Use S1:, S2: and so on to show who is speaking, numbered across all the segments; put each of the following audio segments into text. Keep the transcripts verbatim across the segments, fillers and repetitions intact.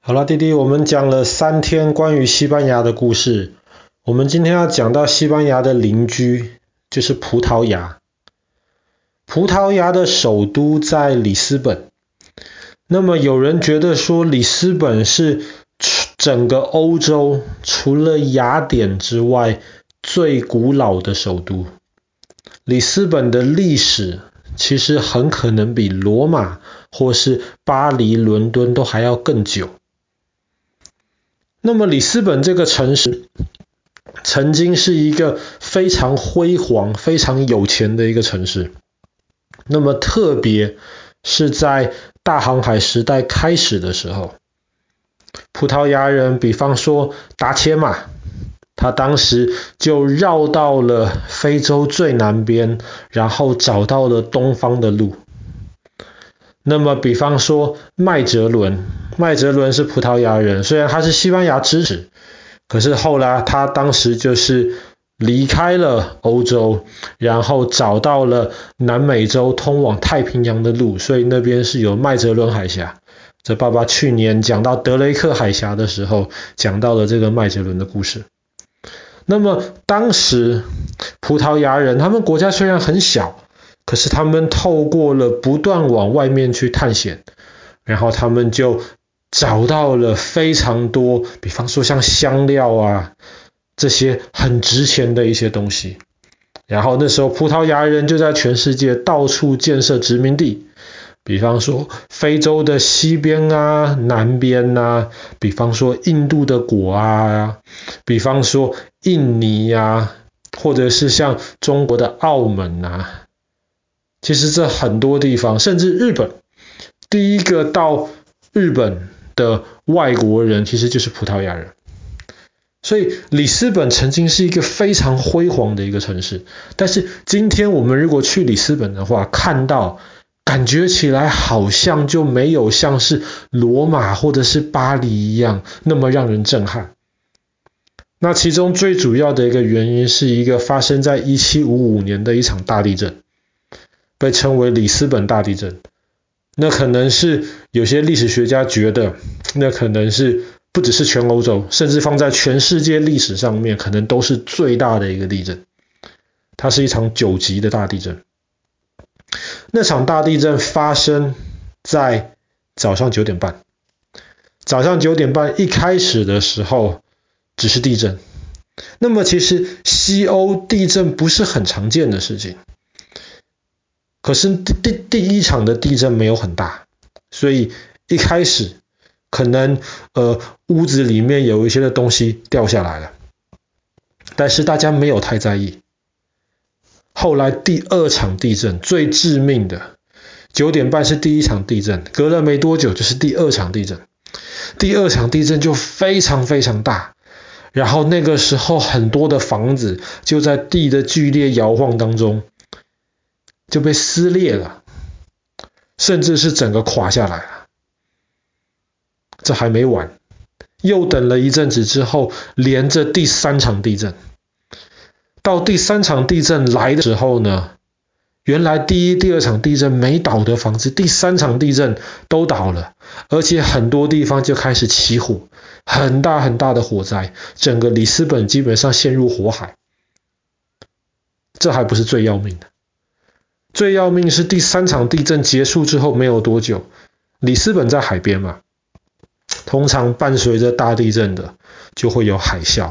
S1: 好了，弟弟，我们讲了三天关于西班牙的故事。我们今天要讲到西班牙的邻居，就是葡萄牙。葡萄牙的首都在里斯本。那么有人觉得说，里斯本是整个欧洲除了雅典之外最古老的首都。里斯本的历史其实很可能比罗马或是巴黎、伦敦都还要更久。那么里斯本这个城市曾经是一个非常辉煌、非常有钱的一个城市。那么特别是在大航海时代开始的时候，葡萄牙人比方说达切马，他当时就绕到了非洲最南边，然后找到了东方的路。那么比方说麦哲伦，麦哲伦是葡萄牙人，虽然他是西班牙支持，可是后来他当时就是离开了欧洲，然后找到了南美洲通往太平洋的路，所以那边是有麦哲伦海峡。这爸爸去年讲到德雷克海峡的时候，讲到了这个麦哲伦的故事。那么当时葡萄牙人他们国家虽然很小，可是他们透过了不断往外面去探险，然后他们就找到了非常多，比方说像香料啊，这些很值钱的一些东西。然后那时候葡萄牙人就在全世界到处建设殖民地，比方说非洲的西边啊、南边啊，比方说印度的果啊，比方说印尼啊，或者是像中国的澳门啊。其实这很多地方，甚至日本，第一个到日本的外国人其实就是葡萄牙人。所以里斯本曾经是一个非常辉煌的一个城市，但是今天我们如果去里斯本的话，看到感觉起来好像就没有像是罗马或者是巴黎一样那么让人震撼。那其中最主要的一个原因是一个发生在一七五五年的一场大地震，被称为里斯本大地震。那可能是有些历史学家觉得，那可能是不只是全欧洲，甚至放在全世界历史上面，可能都是最大的一个地震。它是一场九级的大地震。那场大地震发生在早上九点半。早上九点半一开始的时候只是地震。那么其实西欧地震不是很常见的事情。可是第第第一场的地震没有很大，所以一开始可能呃屋子里面有一些的东西掉下来了，但是大家没有太在意。后来第二场地震最致命的，九点半是第一场地震，隔了没多久就是第二场地震。第二场地震就非常非常大，然后那个时候很多的房子就在地的剧烈摇晃当中就被撕裂了，甚至是整个垮下来了。这还没完，又等了一阵子之后，连着第三场地震。到第三场地震来的时候呢，原来第一、第二场地震没倒的房子，第三场地震都倒了，而且很多地方就开始起火，很大很大的火灾，整个里斯本基本上陷入火海。这还不是最要命的。最要命是第三场地震结束之后没有多久，里斯本在海边嘛，通常伴随着大地震的就会有海啸，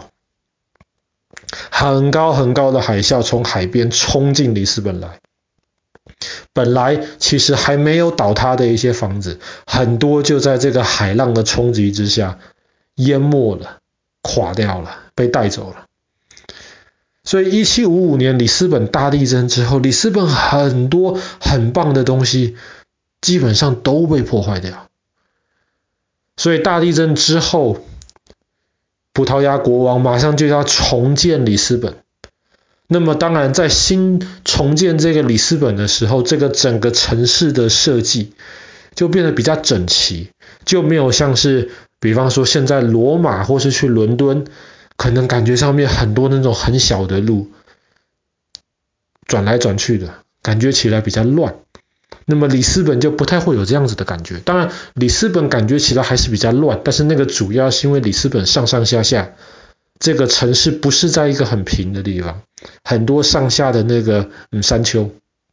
S1: 很高很高的海啸从海边冲进里斯本来。本来其实还没有倒塌的一些房子，很多就在这个海浪的冲击之下淹没了，垮掉了，被带走了。所以一七五五年里斯本大地震之后，里斯本很多很棒的东西基本上都被破坏掉。所以大地震之后，葡萄牙国王马上就要重建里斯本。那么当然在新重建这个里斯本的时候，这个整个城市的设计就变得比较整齐，就没有像是比方说现在罗马或是去伦敦，可能感觉上面很多那种很小的路，转来转去的，感觉起来比较乱。 那么里斯本就不太会有这样子的感觉。当然里斯本感觉起来还是比较乱，但是那个主要是因为里斯本上上下下这个城市不是在一个很平的地方，很多上下的那个嗯山丘。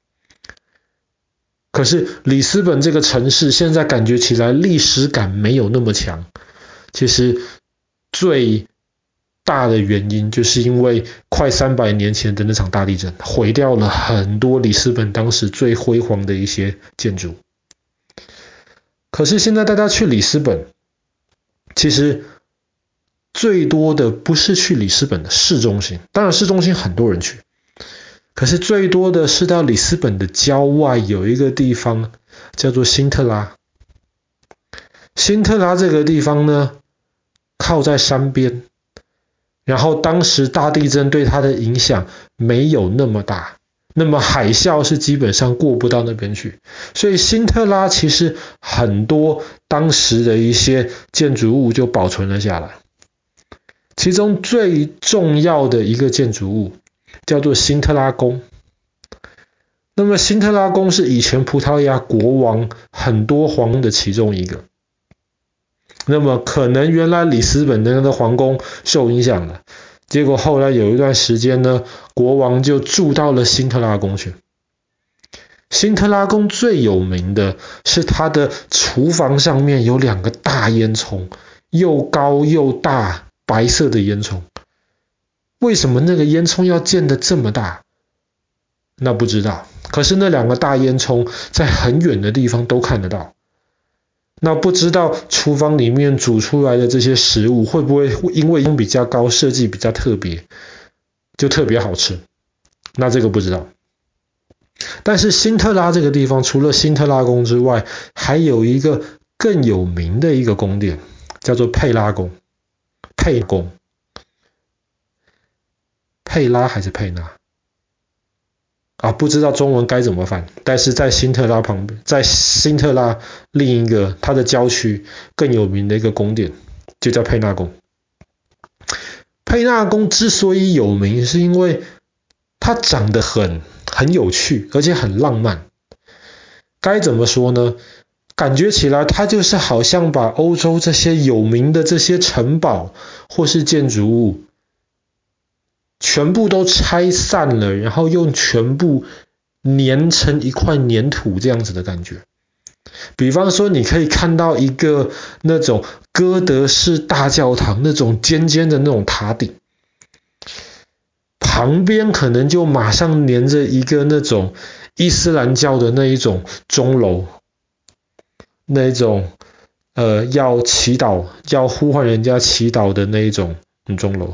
S1: 可是里斯本这个城市现在感觉起来历史感没有那么强，其实最大的原因就是因为快三百年前的那场大地震毁掉了很多里斯本当时最辉煌的一些建筑。可是现在大家去里斯本，其实最多的不是去里斯本的市中心，当然市中心很多人去，可是最多的是到里斯本的郊外有一个地方叫做辛特拉。辛特拉这个地方呢，靠在山边，然后当时大地震对它的影响没有那么大，那么海啸是基本上过不到那边去，所以辛特拉其实很多当时的一些建筑物就保存了下来。其中最重要的一个建筑物叫做辛特拉宫。那么辛特拉宫是以前葡萄牙国王很多皇宫的其中一个。那么可能原来里斯本的那个皇宫受影响了，结果后来有一段时间呢，国王就住到了辛特拉宫去。辛特拉宫最有名的是它的厨房上面有两个大烟囱，又高又大，白色的烟囱。为什么那个烟囱要建得这么大？那不知道，可是那两个大烟囱在很远的地方都看得到。那不知道厨房里面煮出来的这些食物会不会因为比较高，设计比较特别，就特别好吃？那这个不知道。但是辛特拉这个地方除了辛特拉宫之外，还有一个更有名的一个宫殿，叫做佩拉宫。佩宫，佩拉还是佩纳？啊，不知道中文该怎么翻，但是在辛特拉旁边，在辛特拉另一个它的郊区更有名的一个宫殿，就叫佩纳宫。佩纳宫之所以有名，是因为它长得很很有趣，而且很浪漫。该怎么说呢？感觉起来它就是好像把欧洲这些有名的这些城堡或是建筑物全部都拆散了，然后用全部粘成一块粘土这样子的感觉。比方说你可以看到一个那种哥德式大教堂，那种尖尖的那种塔顶，旁边可能就马上粘着一个那种伊斯兰教的那一种钟楼，那一种呃要祈祷要呼唤人家祈祷的那一种钟楼。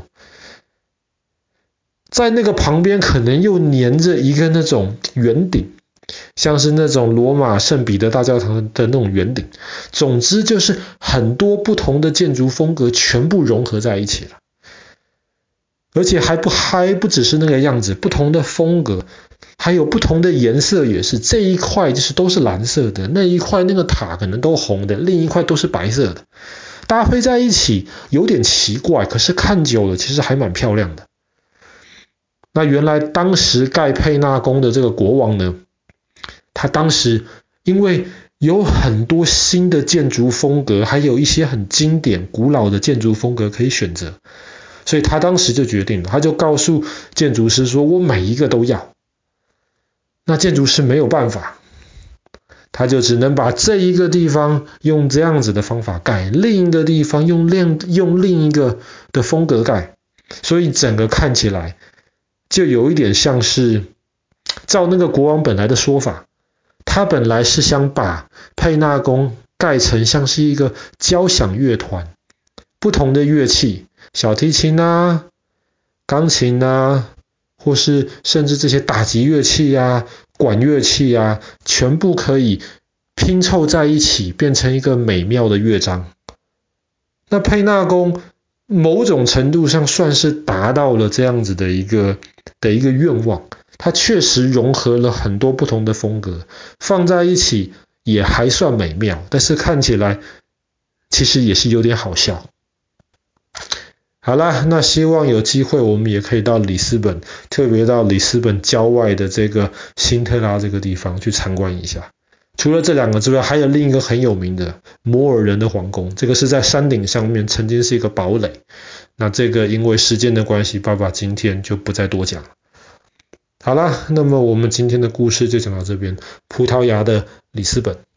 S1: 在那个旁边可能又粘着一个那种圆顶，像是那种罗马圣彼得大教堂的那种圆顶。总之就是很多不同的建筑风格全部融合在一起了，而且还不还不只是那个样子，不同的风格，还有不同的颜色也是。这一块就是都是蓝色的，那一块那个塔可能都红的，另一块都是白色的，搭配在一起有点奇怪，可是看久了其实还蛮漂亮的。那原来当时盖佩纳宫的这个国王呢，他当时因为有很多新的建筑风格，还有一些很经典古老的建筑风格可以选择，所以他当时就决定了，他就告诉建筑师说，我每一个都要。那建筑师没有办法，他就只能把这一个地方用这样子的方法盖，另一个地方用另用另一个的风格盖，所以整个看起来就有一点像是，照那个国王本来的说法，他本来是想把佩纳宫盖成像是一个交响乐团，不同的乐器，小提琴啊、钢琴啊，或是甚至这些打击乐器啊、管乐器啊，全部可以拼凑在一起，变成一个美妙的乐章。那佩纳宫某种程度上算是达到了这样子的一个的一个愿望，它确实融合了很多不同的风格，放在一起也还算美妙，但是看起来其实也是有点好笑。好啦，那希望有机会我们也可以到里斯本，特别到里斯本郊外的这个辛特拉这个地方去参观一下。 除了这两个之外，还有另一个很有名的摩尔人的皇宫，这个是在山顶上面，曾经是一个堡垒。那这个因为时间的关系，爸爸今天就不再多讲了。好啦，那么我们今天的故事就讲到这边，葡萄牙的里斯本。